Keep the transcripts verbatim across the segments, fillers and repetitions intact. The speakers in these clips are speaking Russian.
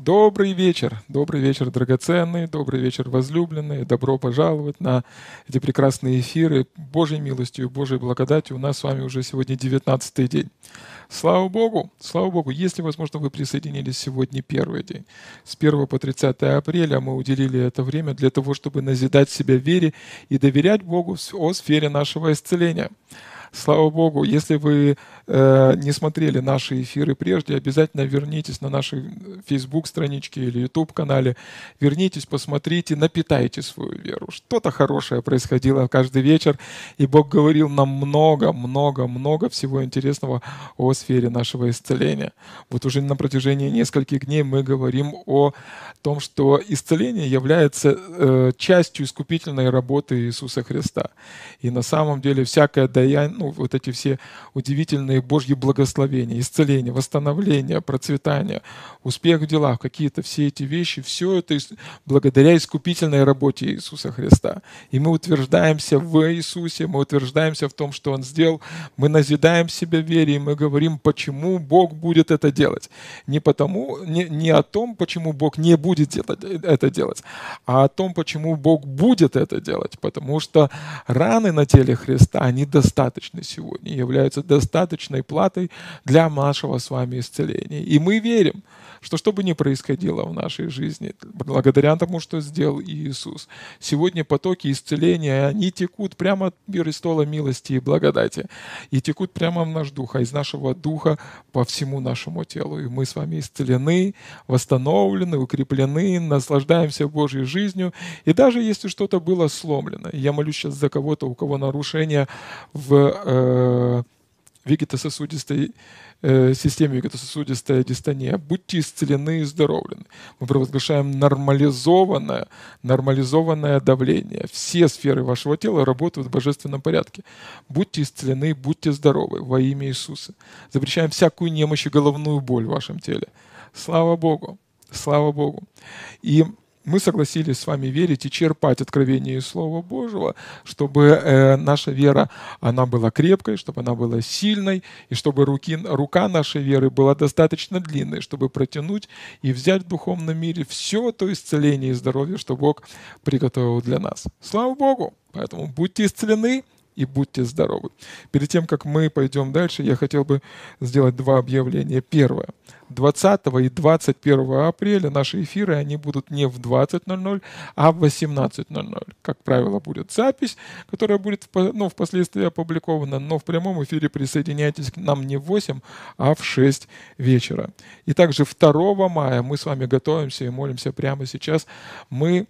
Добрый вечер, добрый вечер, драгоценные, добрый вечер, возлюбленные. Добро пожаловать на эти прекрасные эфиры. Божьей милостью и Божьей благодатью у нас с вами уже сегодня девятнадцатый день. Слава Богу, слава Богу, если, возможно, вы присоединились сегодня первый день. С первого по тридцатое апреля мы уделили это время для того, чтобы назидать себя в вере и доверять Богу о сфере нашего исцеления. Слава Богу, если вы э, не смотрели наши эфиры прежде, обязательно вернитесь на наши Facebook-странички или YouTube-канале, вернитесь, посмотрите, напитайте свою веру. Что-то хорошее происходило каждый вечер, и Бог говорил нам много-много-много всего интересного о сфере нашего исцеления. Вот уже на протяжении нескольких дней мы говорим о том, что исцеление является э, частью искупительной работы Иисуса Христа. И на самом деле всякое даяние, ну, вот эти все удивительные Божьи благословения, исцеление, восстановление, процветание, успех в делах, какие-то все эти вещи, все это благодаря искупительной работе Иисуса Христа. И мы утверждаемся в Иисусе, мы утверждаемся в том, что Он сделал, мы назидаем себя в вере, и мы говорим, почему Бог будет это делать. Не потому, не, не о том, почему Бог не будет делать, это делать, а о том, почему Бог будет это делать. Потому что раны на теле Христа, они достаточны сегодня, являются достаточной платой для нашего с вами исцеления. И мы верим, что что бы ни происходило в нашей жизни, благодаря тому, что сделал Иисус, сегодня потоки исцеления, они текут прямо от престола милости и благодати, и текут прямо в наш дух, а из нашего духа по всему нашему телу. И мы с вами исцелены, восстановлены, укреплены, наслаждаемся Божьей жизнью. И даже если что-то было сломлено, я молюсь сейчас за кого-то, у кого нарушение в э, вегетососудистой э, системе, вегетососудистая дистония, будьте исцелены и здоровлены. Мы провозглашаем нормализованное, нормализованное давление. Все сферы вашего тела работают в божественном порядке. Будьте исцелены, будьте здоровы во имя Иисуса. Запрещаем всякую немощь и головную боль в вашем теле. Слава Богу! Слава Богу! И мы согласились с вами верить и черпать откровение из Слова Божьего, чтобы э, наша вера, она была крепкой, чтобы она была сильной, и чтобы руки, рука нашей веры была достаточно длинной, чтобы протянуть и взять в духовном мире все то исцеление и здоровье, что Бог приготовил для нас. Слава Богу! Поэтому будьте исцелены и будьте здоровы. Перед тем, как мы пойдем дальше, я хотел бы сделать два объявления. Первое. двадцатого и двадцать первого апреля наши эфиры, они будут не в двадцать ноль ноль, а в восемнадцать ноль ноль. Как правило, будет запись, которая будет, ну, впоследствии опубликована, но в прямом эфире присоединяйтесь к нам не в восемь, а в шесть вечера. И также второго мая мы с вами готовимся и молимся прямо сейчас. Мы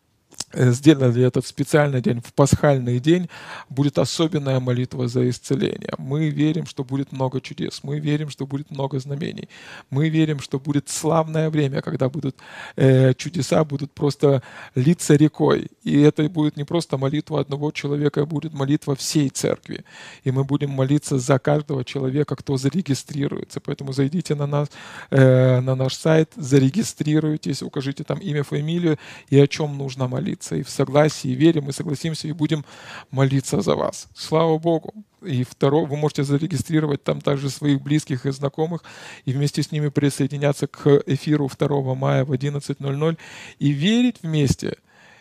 сделали этот специальный день, в пасхальный день, будет особенная молитва за исцеление. Мы верим, что будет много чудес, мы верим, что будет много знамений, мы верим, что будет славное время, когда будут э, чудеса, будут просто литься рекой. И это будет не просто молитва одного человека, а будет молитва всей церкви. И мы будем молиться за каждого человека, кто зарегистрируется. Поэтому зайдите на, нас, э, на наш сайт, зарегистрируйтесь, укажите там имя, фамилию и о чем нужно молиться. И в согласии, и вере мы согласимся и будем молиться за вас. Слава Богу! И второе, вы можете зарегистрировать там также своих близких и знакомых и вместе с ними присоединяться к эфиру второго мая в одиннадцать ноль ноль и верить вместе.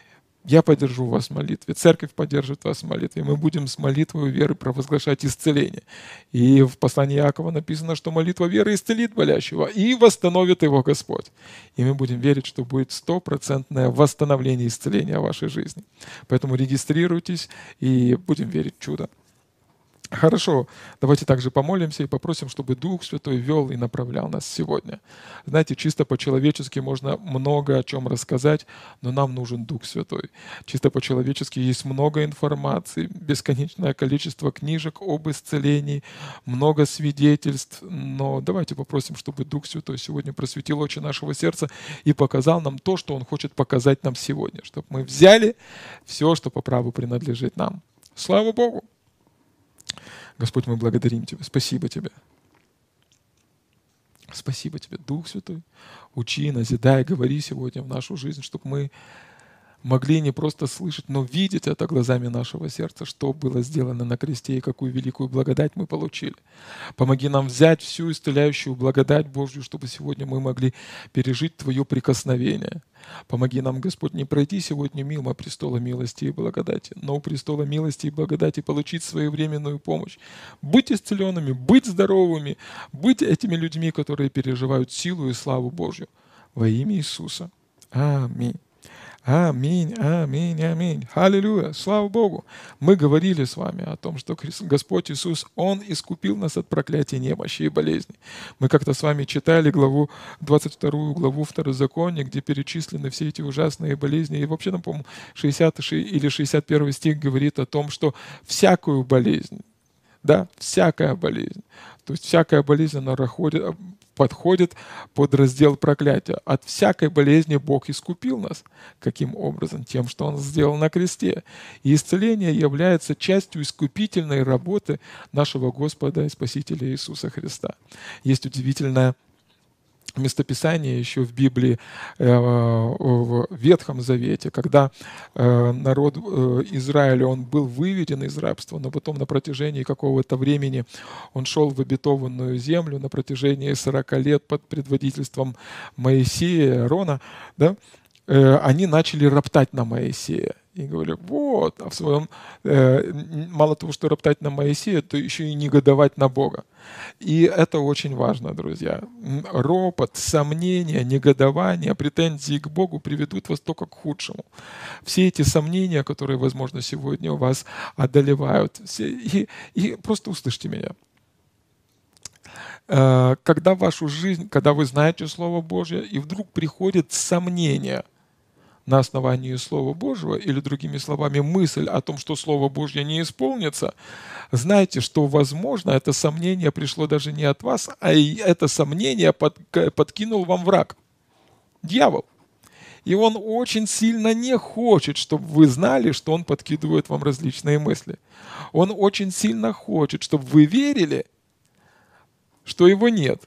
Я поддержу вас в молитве, церковь поддержит вас в молитве. Мы будем с молитвой веры провозглашать исцеление. И в послании Иакова написано, что молитва веры исцелит болящего и восстановит его Господь. И мы будем верить, что будет стопроцентное восстановление и исцеления в вашей жизни. Поэтому регистрируйтесь и будем верить в чудо. Хорошо, давайте также помолимся и попросим, чтобы Дух Святой вел и направлял нас сегодня. Знаете, чисто по-человечески можно много о чем рассказать, но нам нужен Дух Святой. Чисто по-человечески есть много информации, бесконечное количество книжек об исцелении, много свидетельств, но давайте попросим, чтобы Дух Святой сегодня просветил очи нашего сердца и показал нам то, что Он хочет показать нам сегодня, чтобы мы взяли все, что по праву принадлежит нам. Слава Богу! Господь, мы благодарим Тебя. Спасибо Тебе. Спасибо Тебе, Дух Святой. Учи, назидай, говори сегодня в нашу жизнь, чтобы мы могли не просто слышать, но видеть это глазами нашего сердца, что было сделано на кресте и какую великую благодать мы получили. Помоги нам взять всю исцеляющую благодать Божью, чтобы сегодня мы могли пережить Твое прикосновение. Помоги нам, Господь, не пройти сегодня мимо престола милости и благодати, но у престола милости и благодати получить своевременную помощь. Быть исцеленными, быть здоровыми, быть этими людьми, которые переживают силу и славу Божью. Во имя Иисуса. Аминь. Аминь, аминь, аминь. Аллилуйя. Слава Богу. Мы говорили с вами о том, что Господь Иисус, Он искупил нас от проклятия немощи и болезней. Мы как-то с вами читали главу, двадцать вторую главу Второзакония, где перечислены все эти ужасные болезни. И вообще, нам, по-моему, шестидесятый или шестьдесят первый стих говорит о том, что всякую болезнь, да, всякая болезнь, то есть всякая болезнь, она проходит, подходит под раздел проклятия. От всякой болезни Бог искупил нас. Каким образом? Тем, что Он сделал на кресте. И исцеление является частью искупительной работы нашего Господа и Спасителя Иисуса Христа. Есть удивительное местописание еще в Библии, в Ветхом Завете, когда народ Израиля, он был выведен из рабства, но потом на протяжении какого-то времени он шел в обетованную землю на протяжении сорока лет под предводительством Моисея, Аарона, да, они начали роптать на Моисея. И говорю, вот, а в своем, э, мало того, что роптать на Моисея, то еще и негодовать на Бога. И это очень важно, друзья. Ропот, сомнения, негодование, претензии к Богу приведут вас только к худшему. Все эти сомнения, которые, возможно, сегодня у вас одолевают, все, и, и просто услышьте меня. Э, когда в вашу жизнь, когда вы знаете Слово Божье, и вдруг приходит сомнение на основании Слова Божьего, или другими словами, мысль о том, что Слово Божье не исполнится, знайте, что, возможно, это сомнение пришло даже не от вас, а и это сомнение под, подкинул вам враг, дьявол. И он очень сильно не хочет, чтобы вы знали, что он подкидывает вам различные мысли. Он очень сильно хочет, чтобы вы верили, что его нет.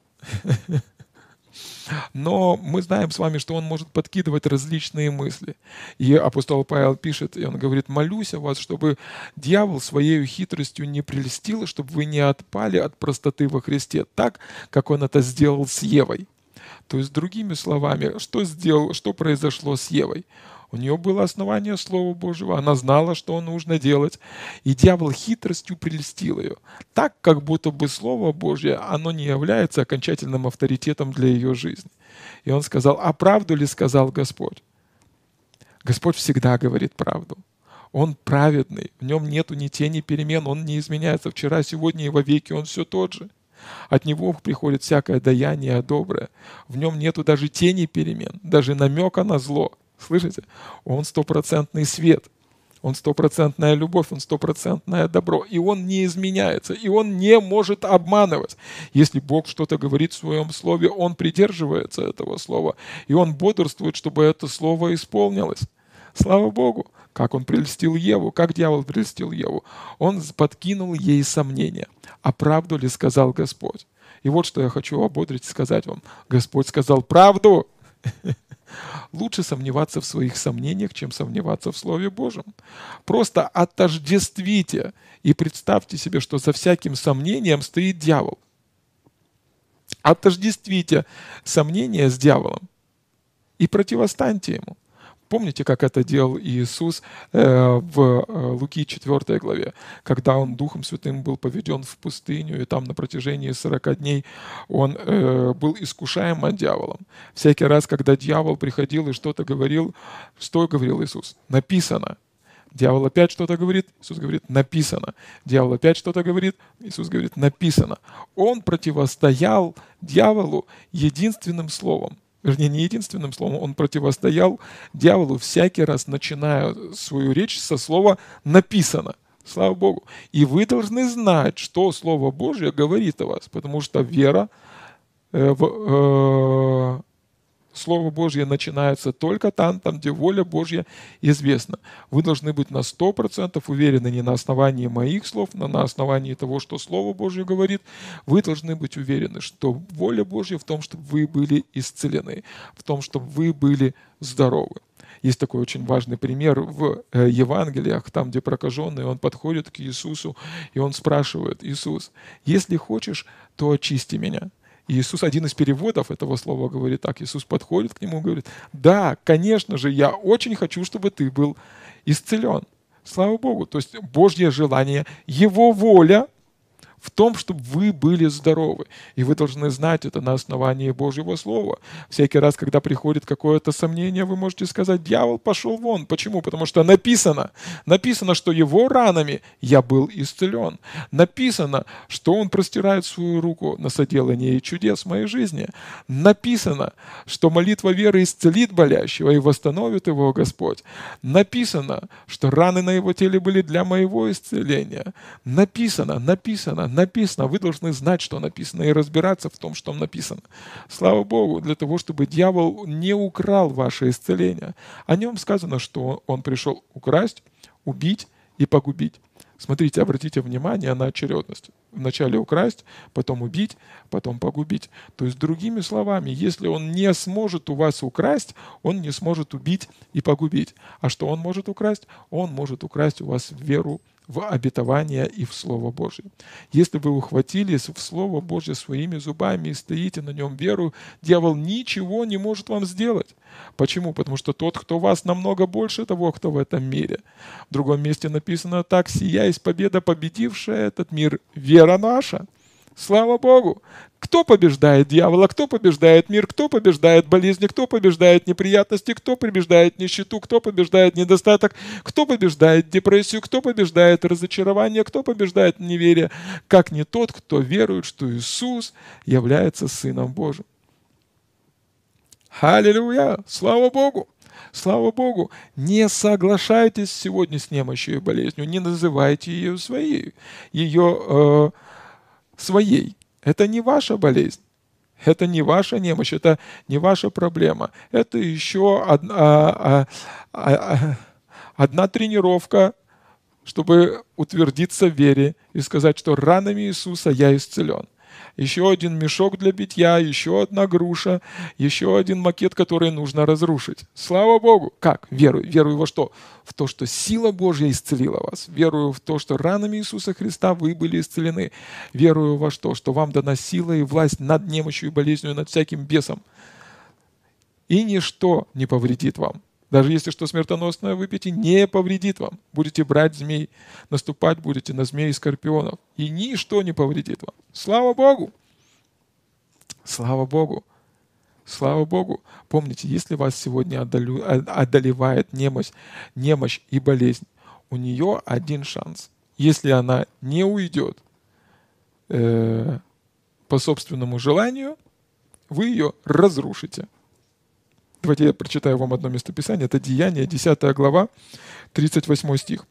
Но мы знаем с вами, что он может подкидывать различные мысли. И апостол Павел пишет, и он говорит, молюсь о вас, чтобы дьявол своей хитростью не прельстил, чтобы вы не отпали от простоты во Христе, так, как он это сделал с Евой. То есть, другими словами, что сделал, что произошло с Евой? У нее было основание Слова Божьего, она знала, что нужно делать, и дьявол хитростью прельстил ее. Так, как будто бы Слово Божье, оно не является окончательным авторитетом для ее жизни. И он сказал, а правду ли сказал Господь? Господь всегда говорит правду. Он праведный, в нем нету ни тени перемен, он не изменяется вчера, сегодня и во веки, он все тот же. От него приходит всякое даяние доброе. В нем нету даже тени перемен, даже намека на зло. Слышите? Он стопроцентный свет, он стопроцентная любовь, он стопроцентное добро. И он не изменяется, и он не может обманывать. Если Бог что-то говорит в своем слове, он придерживается этого слова, и он бодрствует, чтобы это слово исполнилось. Слава Богу! Как он прельстил Еву, как дьявол прельстил Еву. Он подкинул ей сомнения. А правду ли сказал Господь? И вот что я хочу ободрить и сказать вам. Господь сказал правду. Лучше сомневаться в своих сомнениях, чем сомневаться в Слове Божьем. Просто отождествите и представьте себе, что за всяким сомнением стоит дьявол. Отождествите сомнения с дьяволом и противостаньте ему. Помните, как это делал Иисус э, в э, Луки четвёртой главе, когда Он Духом Святым был поведен в пустыню, и там на протяжении сорока дней Он э, был искушаем от дьяволом. Всякий раз, когда дьявол приходил и что-то говорил, что говорил Иисус? Написано. Дьявол опять что-то говорит, Иисус говорит, написано. Дьявол опять что-то говорит, Иисус говорит, написано. Он противостоял дьяволу единственным словом. Вернее, не единственным словом, он противостоял дьяволу всякий раз, начиная свою речь со слова «написано». Слава Богу. И вы должны знать, что Слово Божье говорит о вас, потому что вера э, в э, Слово Божье начинается только там, там, где воля Божья известна. Вы должны быть на сто процентов уверены не на основании моих слов, но на основании того, что Слово Божье говорит. Вы должны быть уверены, что воля Божья в том, чтобы вы были исцелены, в том, чтобы вы были здоровы. Есть такой очень важный пример в э, Евангелиях, там, где прокаженный, он подходит к Иисусу, и он спрашивает: «Иисус, если хочешь, то очисти меня». И Иисус, один из переводов этого слова говорит так, Иисус подходит к нему и говорит: «Да, конечно же, я очень хочу, чтобы ты был исцелен». Слава Богу. То есть Божье желание, Его воля в том, чтобы вы были здоровы. И вы должны знать это на основании Божьего Слова. Всякий раз, когда приходит какое-то сомнение, вы можете сказать: «Дьявол, пошел вон». Почему? Потому что написано. Написано, что его ранами я был исцелен. Написано, что он простирает свою руку на соделание чудес в моей жизни. Написано, что молитва веры исцелит болящего и восстановит его Господь. Написано, что раны на его теле были для моего исцеления. Написано, написано, написано. Вы должны знать, что написано, и разбираться в том, что написано. Слава Богу, для того, чтобы дьявол не украл ваше исцеление. О нем сказано, что он пришел украсть, убить и погубить. Смотрите, обратите внимание на очередность. Вначале украсть, потом убить, потом погубить. То есть, другими словами, если он не сможет у вас украсть, он не сможет убить и погубить. А что он может украсть? Он может украсть у вас веру в обетование и в Слово Божье. Если вы ухватились в Слово Божье своими зубами и стоите на нем веру, дьявол ничего не может вам сделать. Почему? Потому что тот, кто вас, намного больше того, кто в этом мире. В другом месте написано так: «Сия есть победа, победившая этот мир, вера наша». Слава Богу! Кто побеждает дьявола? Кто побеждает мир? Кто побеждает болезни? Кто побеждает неприятности? Кто побеждает нищету? Кто побеждает недостаток? Кто побеждает депрессию? Кто побеждает разочарование? Кто побеждает неверие? Как не тот, кто верует, что Иисус является Сыном Божьим. Аллилуйя! Слава Богу! Слава Богу! Не соглашайтесь сегодня с немощью и болезнью, не называйте ее своей. Ее э, своей. Это не ваша болезнь, это не ваша немощь, это не ваша проблема. Это еще одна, а, а, а, одна тренировка, чтобы утвердиться в вере и сказать, что ранами Иисуса я исцелен. Еще один мешок для битья, еще одна груша, еще один макет, который нужно разрушить. Слава Богу! Как? Верую. Верую во что? В то, что сила Божья исцелила вас. Верую в то, что ранами Иисуса Христа вы были исцелены. Верую во что? Что вам дана сила и власть над немощью и болезнью, над всяким бесом. И ничто не повредит вам. Даже если что смертоносное выпьете, не повредит вам. Будете брать змей, наступать будете на змей и скорпионов, и ничто не повредит вам. Слава Богу! Слава Богу! Слава Богу! Помните, если вас сегодня одолевает немощь, немощь и болезнь, у нее один шанс. Если она не уйдет э, по собственному желанию, вы ее разрушите. Давайте я прочитаю вам одно местописание. Это Деяния, десятая глава, тридцать восьмой стих.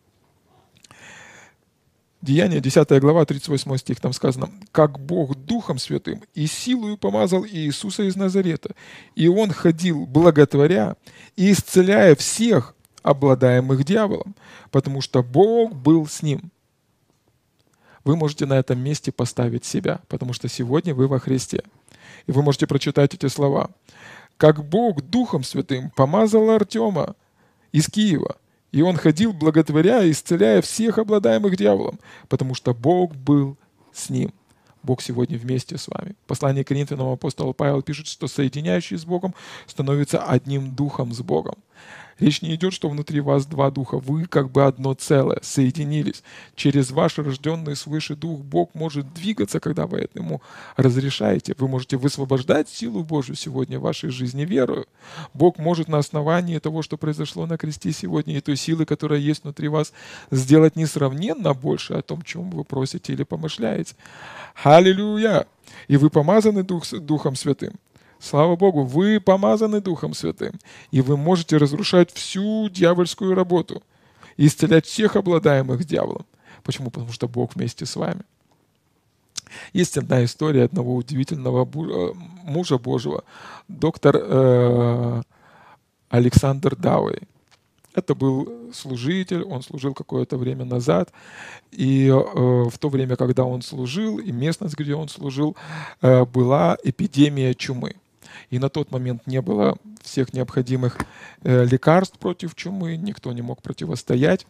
Деяния, десятая глава, тридцать восьмой стих. Там сказано: «Как Бог Духом Святым и силою помазал Иисуса из Назарета, и Он ходил, благотворя и исцеляя всех, обладаемых дьяволом, потому что Бог был с Ним». Вы можете на этом месте поставить себя, потому что сегодня вы во Христе. И вы можете прочитать эти слова. «Как Бог Духом Святым помазал Артема из Киева, и он ходил, благотворя и исцеляя всех, обладаемых дьяволом, потому что Бог был с ним». Бог сегодня вместе с вами. В послании к Коринфянам апостол Павел пишет, что соединяющий с Богом становится одним духом с Богом. Речь не идет, что внутри вас два духа. Вы как бы одно целое, соединились. Через ваш рожденный свыше дух Бог может двигаться, когда вы ему разрешаете. Вы можете высвобождать силу Божью сегодня в вашей жизни верою. Бог может на основании того, что произошло на кресте сегодня, и той силы, которая есть внутри вас, сделать несравненно больше о том, чем вы просите или помышляете. Аллилуйя! И вы помазаны дух, Духом Святым. Слава Богу, вы помазаны Духом Святым, и вы можете разрушать всю дьявольскую работу и исцелять всех обладаемых дьяволом. Почему? Потому что Бог вместе с вами. Есть одна история одного удивительного мужа Божьего, доктор э, Александр Дауэй. Это был служитель, он служил какое-то время назад, и э, в то время, когда он служил, и местность, где он служил, э, была эпидемия чумы. И на тот момент не было всех необходимых э, лекарств против чумы, никто не мог противостоять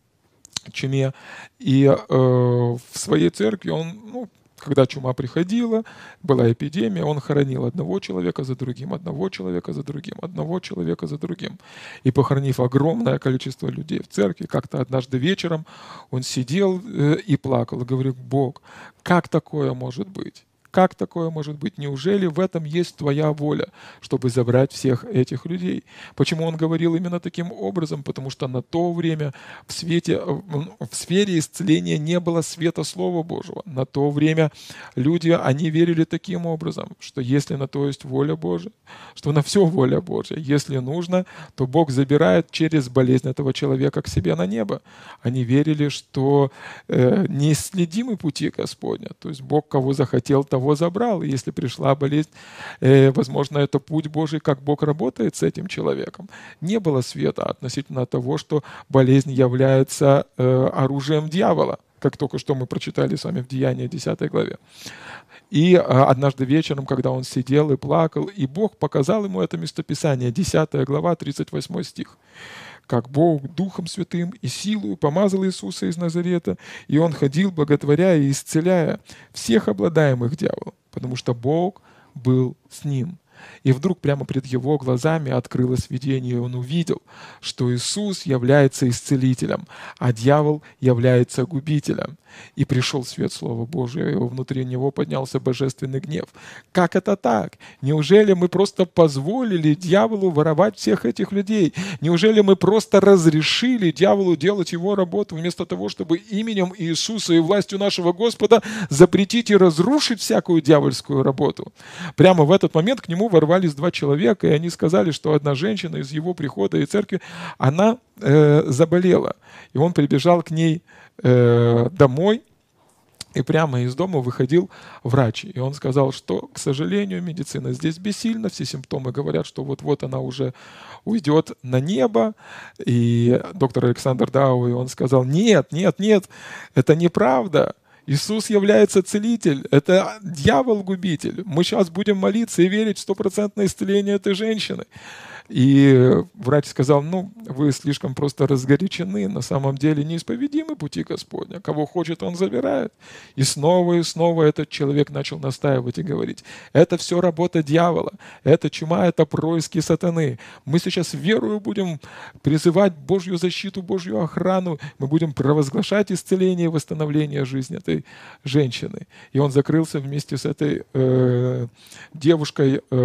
чуме. И э, в своей церкви он, ну, когда чума приходила, была эпидемия, он хоронил одного человека за другим, одного человека за другим, одного человека за другим. И похоронив огромное количество людей в церкви, как-то однажды вечером он сидел э, и плакал, и говорил: Бог, как такое может быть? Как такое может быть? Неужели в этом есть твоя воля, чтобы забрать всех этих людей? Почему он говорил именно таким образом? Потому что на то время в, свете, в сфере исцеления не было света Слова Божьего. На то время люди, они верили таким образом, что если на то есть воля Божья, что на все воля Божья. Если нужно, то Бог забирает через болезнь этого человека к себе на небо. Они верили, что э, неисследимы пути Господня. То есть Бог кого захотел, того забрал. И если пришла болезнь, э, возможно, это путь Божий, как Бог работает с этим человеком. Не было света относительно того, что болезнь является э, оружием дьявола, как только что мы прочитали с вами в Деянии десятой главе. И а, однажды вечером, когда он сидел и плакал, и Бог показал ему это местописание, десятая глава, тридцать восьмой стих. Как Бог Духом Святым и силою помазал Иисуса из Назарета, и Он ходил, благотворяя и исцеляя всех обладаемых дьяволом, потому что Бог был с ним. И вдруг прямо перед его глазами открылось видение, и он увидел, что Иисус является исцелителем, а дьявол является губителем. И пришел свет Слова Божия, и внутри него поднялся божественный гнев. Как это так? Неужели мы просто позволили дьяволу воровать всех этих людей? Неужели мы просто разрешили дьяволу делать его работу, вместо того, чтобы именем Иисуса и властью нашего Господа запретить и разрушить всякую дьявольскую работу? Прямо в этот момент к нему ворвались два человека, и они сказали, что одна женщина из его прихода и церкви, она э, заболела. И он прибежал к ней э, домой, и прямо из дома выходил врач. И он сказал, что, к сожалению, медицина здесь бессильна, все симптомы говорят, что вот-вот она уже уйдет на небо. И доктор Александр Дауи, он сказал: нет, нет, нет, это неправда. Иисус является целитель, это дьявол-губитель. Мы сейчас будем молиться и верить в стопроцентное исцеление этой женщины. И врач сказал: ну, вы слишком просто разгорячены, на самом деле неисповедимы пути Господня. Кого хочет, он забирает. И снова и снова этот человек начал настаивать и говорить: это все работа дьявола, это чума, это происки сатаны. Мы сейчас верою будем призывать Божью защиту, Божью охрану, мы будем провозглашать исцеление и восстановление жизни этой женщины. И он закрылся вместе с этой э, девушкой э,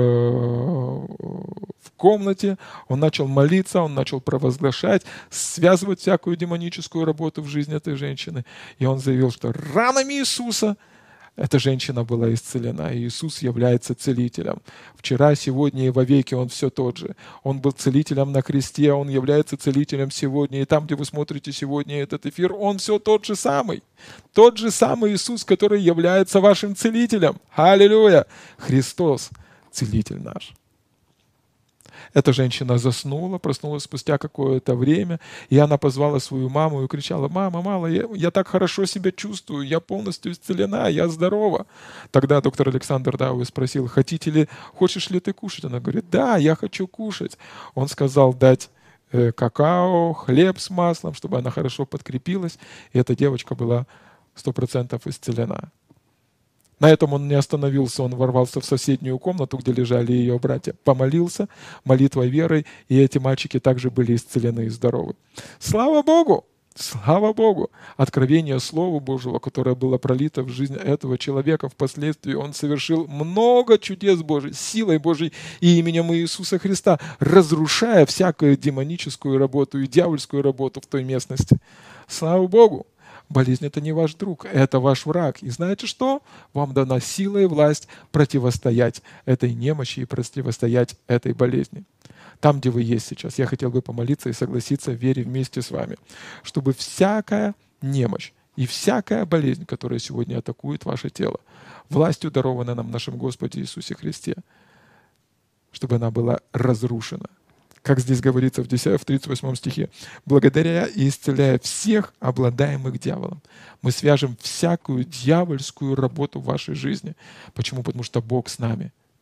в комнате. Он начал молиться, он начал провозглашать, связывать всякую демоническую работу в жизни этой женщины. И он заявил, что ранами Иисуса эта женщина была исцелена, и Иисус является целителем. Вчера, сегодня и вовеки Он все тот же. Он был целителем на кресте, Он является целителем сегодня. И там, где вы смотрите сегодня этот эфир, Он все тот же самый. Тот же самый Иисус, который является вашим целителем. Аллилуйя! Христос, целитель наш. Эта женщина заснула, проснулась спустя какое-то время, и она позвала свою маму и кричала: «Мама, мама, я, я так хорошо себя чувствую, я полностью исцелена, я здорова». Тогда доктор Александр Дауи спросил: «Хотите ли, хочешь ли ты кушать?» Она говорит: «Да, я хочу кушать». Он сказал дать э, какао, хлеб с маслом, чтобы она хорошо подкрепилась, и эта девочка была сто процентов исцелена. На этом он не остановился, он ворвался в соседнюю комнату, где лежали ее братья, помолился молитвой веры, и эти мальчики также были исцелены и здоровы. Слава Богу! Слава Богу! Откровение Слова Божьего, которое было пролито в жизнь этого человека, впоследствии он совершил много чудес Божьих, силой Божьей и именем Иисуса Христа, разрушая всякую демоническую работу и дьявольскую работу в той местности. Слава Богу! Болезнь — это не ваш друг, это ваш враг. И знаете что? Вам дана сила и власть противостоять этой немощи и противостоять этой болезни. Там, где вы есть сейчас, я хотел бы помолиться и согласиться в вере вместе с вами, чтобы всякая немощь и всякая болезнь, которая сегодня атакует ваше тело, властью, дарованной нам нашим Господе Иисусе Христе, чтобы она была разрушена. Как здесь говорится в тридцать восьмом стихе: «Благодаря и исцеляя всех обладаемых дьяволом, мы свяжем всякую дьявольскую работу в вашей жизни». Почему? Потому что Бог с нами.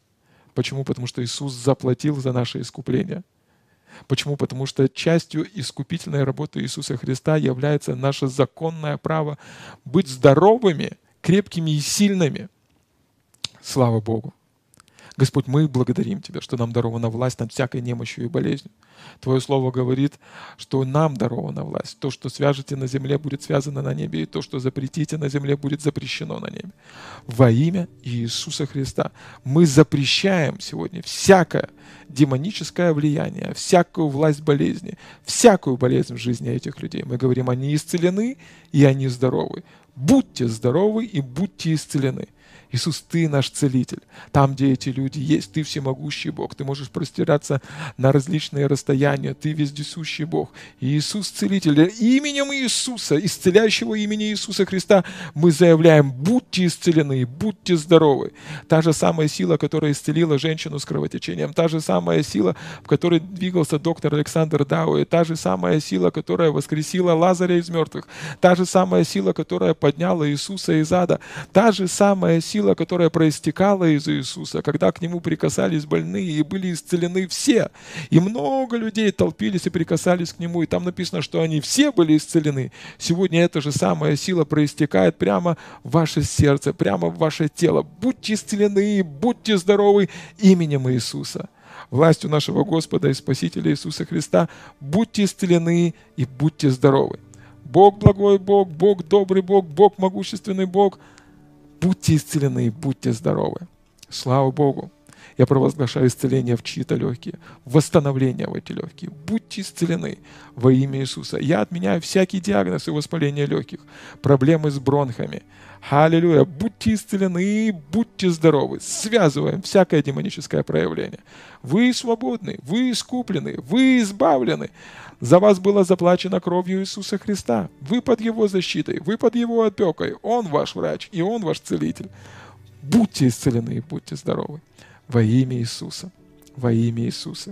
Почему? Потому что Иисус заплатил за наше искупление. Почему? Потому что частью искупительной работы Иисуса Христа является наше законное право быть здоровыми, крепкими и сильными. Слава Богу! Господь, мы благодарим Тебя, что нам дарована власть над всякой немощью и болезнью. Твое Слово говорит, что нам дарована власть. То, что свяжете на земле, будет связано на небе, и то, что запретите на земле, будет запрещено на небе. Во имя Иисуса Христа мы запрещаем сегодня всякое демоническое влияние, всякую власть болезни, всякую болезнь в жизни этих людей. Мы говорим, они исцелены, и они здоровы. Будьте здоровы и будьте исцелены. Иисус, Ты наш целитель. Там, где эти люди есть, Ты всемогущий Бог. Ты можешь простираться на различные расстояния. Ты вездесущий Бог. И Иисус целитель. Именем Иисуса, исцеляющего имени Иисуса Христа, мы заявляем, будьте исцелены, будьте здоровы. Та же самая сила, которая исцелила женщину с кровотечением, та же самая сила, в которой двигался доктор Александр Дауэ, та же самая сила, которая воскресила Лазаря из мертвых, та же самая сила, которая подняла Иисуса из ада, та же самая сила, Сила, которая проистекала из Иисуса, когда к Нему прикасались больные и были исцелены все. И много людей толпились и прикасались к Нему. И там написано, что они все были исцелены. Сегодня эта же самая сила проистекает прямо в ваше сердце, прямо в ваше тело. Будьте исцелены, будьте здоровы именем Иисуса. Властью нашего Господа и Спасителя Иисуса Христа будьте исцелены и будьте здоровы. Бог благой Бог, Бог добрый Бог, Бог могущественный Бог. Будьте исцелены, будьте здоровы. Слава Богу! Я провозглашаю исцеление в чьи-то легкие, восстановление в эти легкие. Будьте исцелены во имя Иисуса. Я отменяю всякий диагноз и воспаление легких, проблемы с бронхами. Аллилуйя! Будьте исцелены, будьте здоровы. Связываем всякое демоническое проявление. Вы свободны, вы искуплены, вы избавлены. За вас было заплачено кровью Иисуса Христа. Вы под Его защитой, вы под Его опекой. Он ваш врач, и Он ваш целитель. Будьте исцелены и будьте здоровы. Во имя Иисуса. Во имя Иисуса.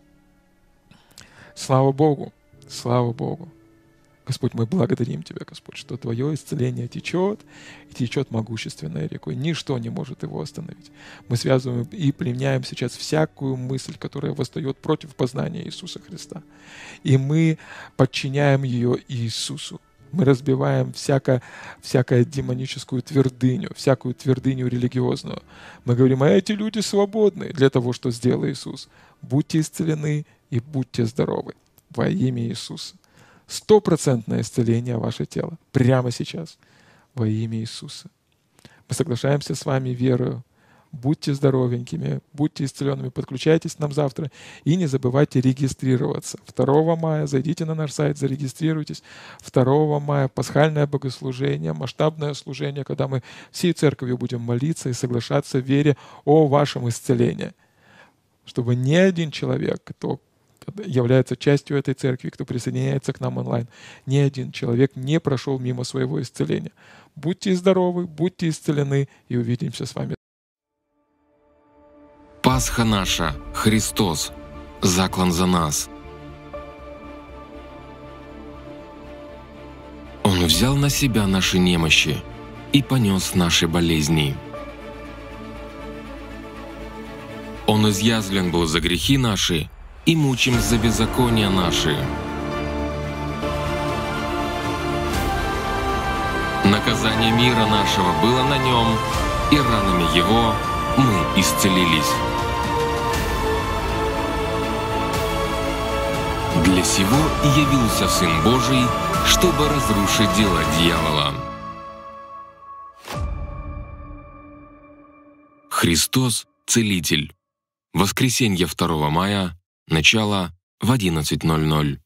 Слава Богу! Слава Богу! Господь, мы благодарим Тебя, Господь, что Твое исцеление течет, и течет могущественной рекой. Ничто не может его остановить. Мы связываем и пленяем сейчас всякую мысль, которая восстает против познания Иисуса Христа. И мы подчиняем ее Иисусу. Мы разбиваем всяко, всякую демоническую твердыню, всякую твердыню религиозную. Мы говорим, а эти люди свободны для того, что сделал Иисус. Будьте исцелены и будьте здоровы во имя Иисуса. Стопроцентное исцеление ваше тело прямо сейчас во имя Иисуса. Мы соглашаемся с вами верою. Будьте здоровенькими, будьте исцеленными, подключайтесь к нам завтра и не забывайте регистрироваться. второго мая зайдите на наш сайт, зарегистрируйтесь. второго мая пасхальное богослужение, масштабное служение, когда мы всей церковью будем молиться и соглашаться в вере о вашем исцелении. Чтобы ни один человек, кто является частью этой церкви, кто присоединяется к нам онлайн, ни один человек не прошел мимо своего исцеления. Будьте здоровы, будьте исцелены и увидимся с вами. Пасха наша, Христос, заклан за нас. Он взял на себя наши немощи и понес наши болезни. Он изъязвлен был за грехи наши и мучим за беззакония наши. Наказание мира нашего было на нем, и ранами его мы исцелились. Для сего и явился Сын Божий, чтобы разрушить дела дьявола. Христос – Целитель. Воскресенье второго мая, начало в одиннадцать ноль ноль.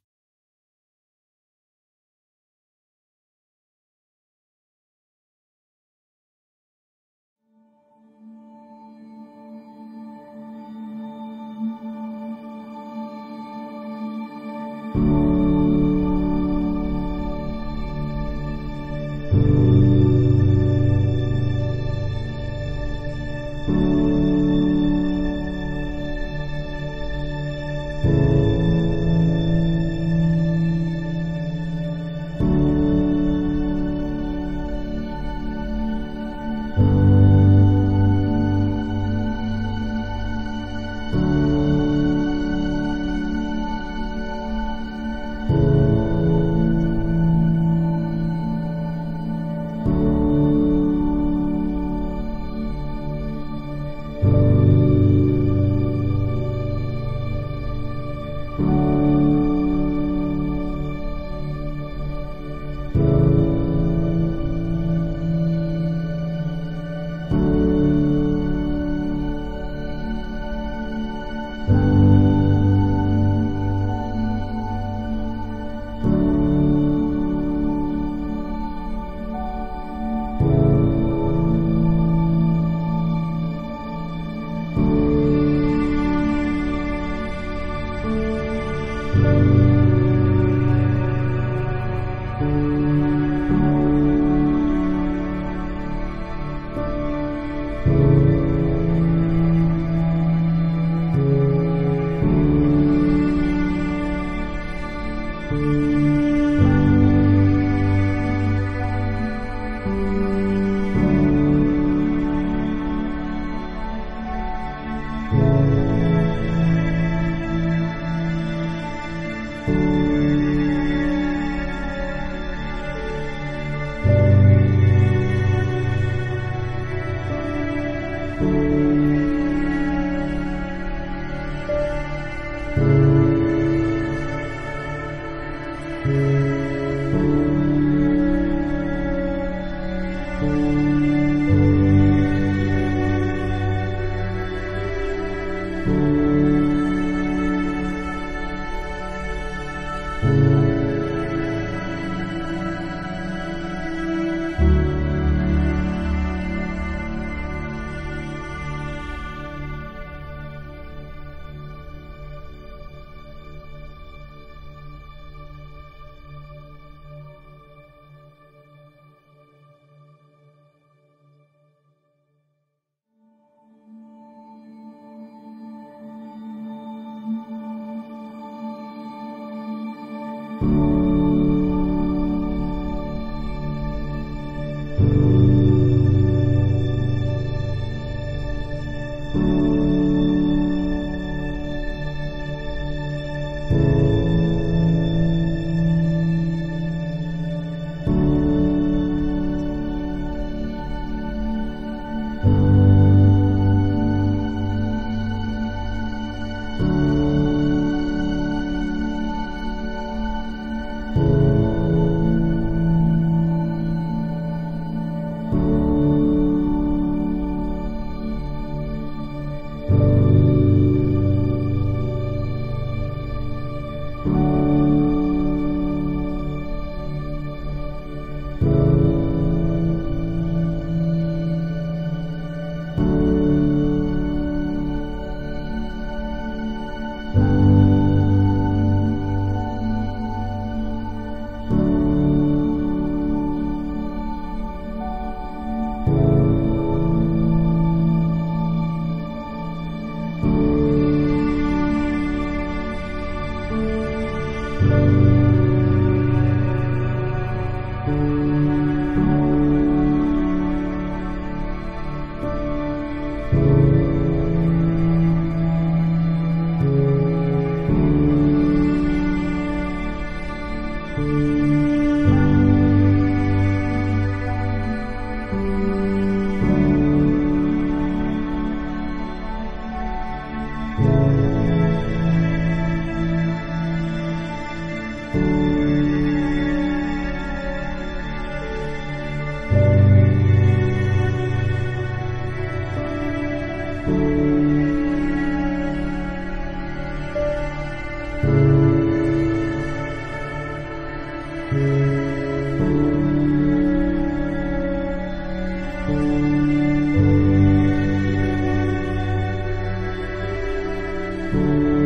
Thank you.